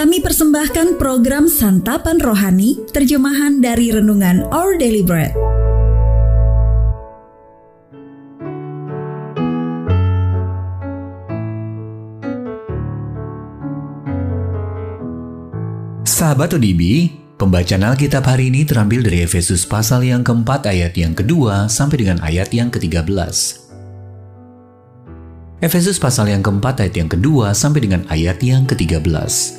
Kami persembahkan program Santapan Rohani, terjemahan dari Renungan Our Daily Bread. Sahabat ODB, pembacaan Alkitab hari ini terambil dari Efesus pasal yang keempat ayat yang kedua sampai dengan ayat yang ke-13. Efesus pasal yang keempat ayat yang kedua sampai dengan ayat yang ke-13.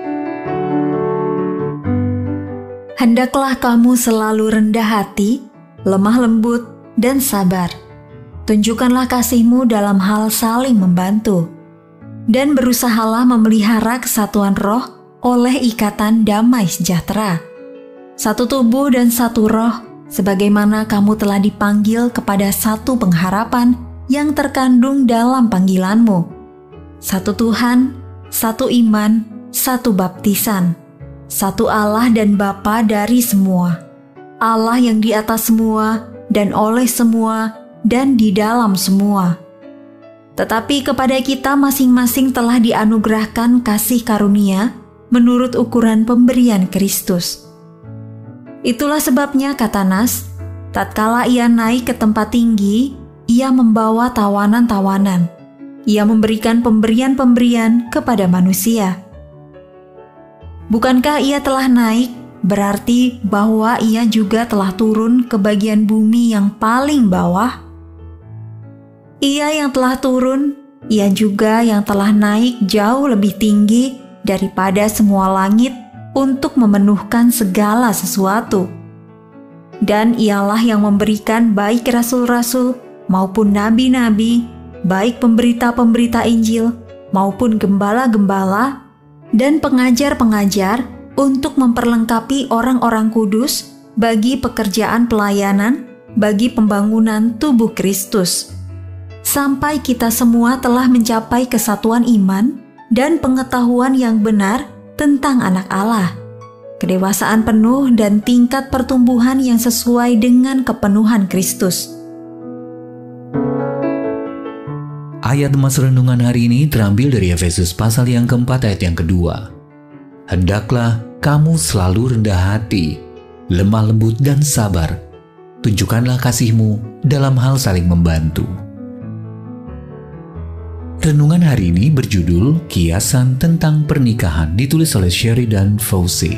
Hendaklah kamu selalu rendah hati, lemah lembut, dan sabar. Tunjukkanlah kasihmu dalam hal saling membantu. Dan berusahalah memelihara kesatuan roh oleh ikatan damai sejahtera. Satu tubuh dan satu roh, sebagaimana kamu telah dipanggil kepada satu pengharapan yang terkandung dalam panggilanmu. Satu Tuhan, satu iman, satu baptisan. Satu Allah dan Bapa dari semua, Allah yang di atas semua dan oleh semua dan di dalam semua. Tetapi kepada kita masing-masing telah dianugerahkan kasih karunia menurut ukuran pemberian Kristus. Itulah sebabnya kata Nas, tatkala ia naik ke tempat tinggi, ia membawa tawanan-tawanan. Ia memberikan pemberian-pemberian kepada manusia. Bukankah ia telah naik, berarti bahwa ia juga telah turun ke bagian bumi yang paling bawah? Ia yang telah turun, ia juga yang telah naik jauh lebih tinggi daripada semua langit untuk memenuhkan segala sesuatu. Dan ialah yang memberikan baik rasul-rasul maupun nabi-nabi, baik pemberita-pemberita Injil maupun gembala-gembala, dan pengajar-pengajar untuk memperlengkapi orang-orang kudus bagi pekerjaan pelayanan, bagi pembangunan tubuh Kristus. Sampai kita semua telah mencapai kesatuan iman dan pengetahuan yang benar tentang Anak Allah, kedewasaan penuh dan tingkat pertumbuhan yang sesuai dengan kepenuhan Kristus. Ayat emas renungan hari ini terambil dari Efesus pasal yang keempat ayat yang kedua. Hendaklah kamu selalu rendah hati, lemah lembut dan sabar. Tunjukkanlah kasihmu dalam hal saling membantu. Renungan hari ini berjudul Kiasan tentang Pernikahan, ditulis oleh Sheridan Fauci.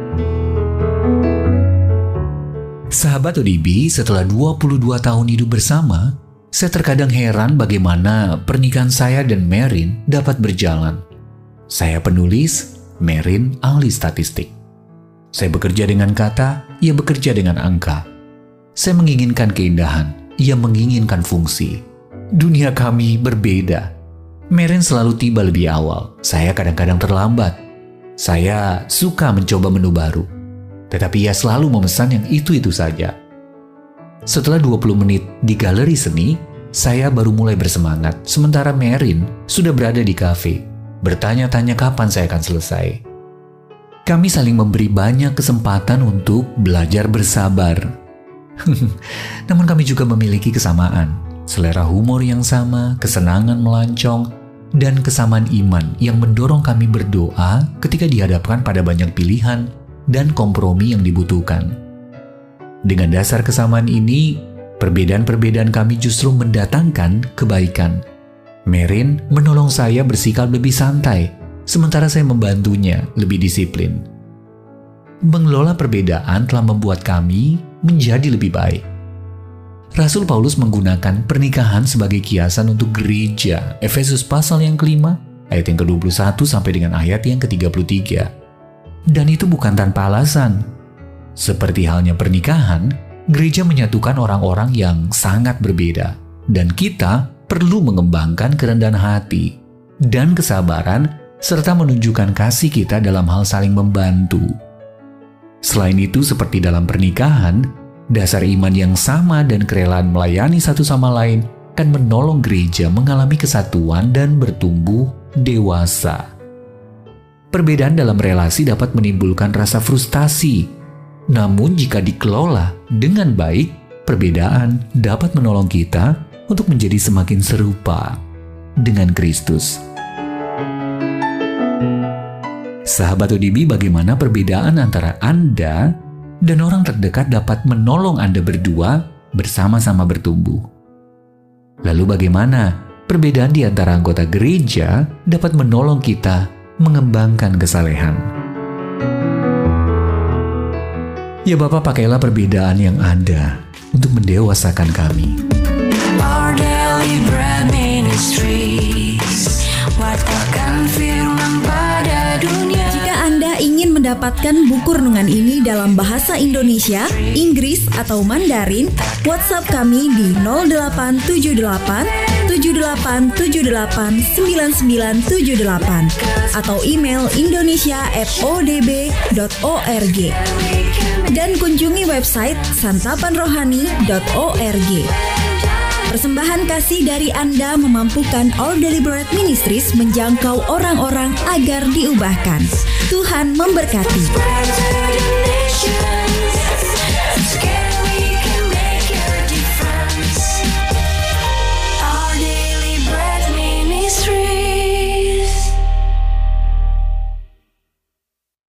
Sahabat ODB, setelah 22 tahun hidup bersama, saya terkadang heran bagaimana pernikahan saya dan Merin dapat berjalan. Saya penulis, Merin ahli statistik. Saya bekerja dengan kata, ia bekerja dengan angka. Saya menginginkan keindahan, ia menginginkan fungsi. Dunia kami berbeda. Merin selalu tiba lebih awal, saya kadang-kadang terlambat. Saya suka mencoba menu baru, tetapi ia selalu memesan yang itu-itu saja. Setelah 20 menit di galeri seni, saya baru mulai bersemangat, sementara Merin sudah berada di kafe, bertanya-tanya kapan saya akan selesai. Kami saling memberi banyak kesempatan untuk belajar bersabar. Namun kami juga memiliki kesamaan, selera humor yang sama, kesenangan melancong, dan kesamaan iman yang mendorong kami berdoa ketika dihadapkan pada banyak pilihan dan kompromi yang dibutuhkan. Dengan dasar kesamaan ini, perbedaan-perbedaan kami justru mendatangkan kebaikan. Merin menolong saya bersikap lebih santai, sementara saya membantunya lebih disiplin. Mengelola perbedaan telah membuat kami menjadi lebih baik. Rasul Paulus menggunakan pernikahan sebagai kiasan untuk gereja. Efesus pasal yang kelima, ayat yang ke-21 sampai dengan ayat yang ke-33. Dan itu bukan tanpa alasan. Seperti halnya pernikahan, gereja menyatukan orang-orang yang sangat berbeda, dan kita perlu mengembangkan kerendahan hati dan kesabaran serta menunjukkan kasih kita dalam hal saling membantu. Selain itu, seperti dalam pernikahan, dasar iman yang sama dan kerelaan melayani satu sama lain akan menolong gereja mengalami kesatuan dan bertumbuh dewasa. Perbedaan dalam relasi dapat menimbulkan rasa frustasi. Namun jika dikelola dengan baik, perbedaan dapat menolong kita untuk menjadi semakin serupa dengan Kristus. Sahabat ODB, bagaimana perbedaan antara Anda dan orang terdekat dapat menolong Anda berdua bersama-sama bertumbuh? Lalu bagaimana perbedaan di antara anggota gereja dapat menolong kita mengembangkan kesalehan? Ya Bapak, pakailah perbedaan yang ada untuk mendewasakan kami. Our Daily Bread Ministries, wartakan firman pada dunia. Jika Anda ingin mendapatkan buku renungan ini dalam bahasa Indonesia, Inggris, atau Mandarin, WhatsApp kami di 0878 7878 9978 atau email indonesia@odb.org dan kunjungi website santapanrohani.org. Persembahan kasih dari Anda memampukan Our Daily Bread Ministries menjangkau orang-orang agar diubahkan. Tuhan memberkati. Spread to the nation.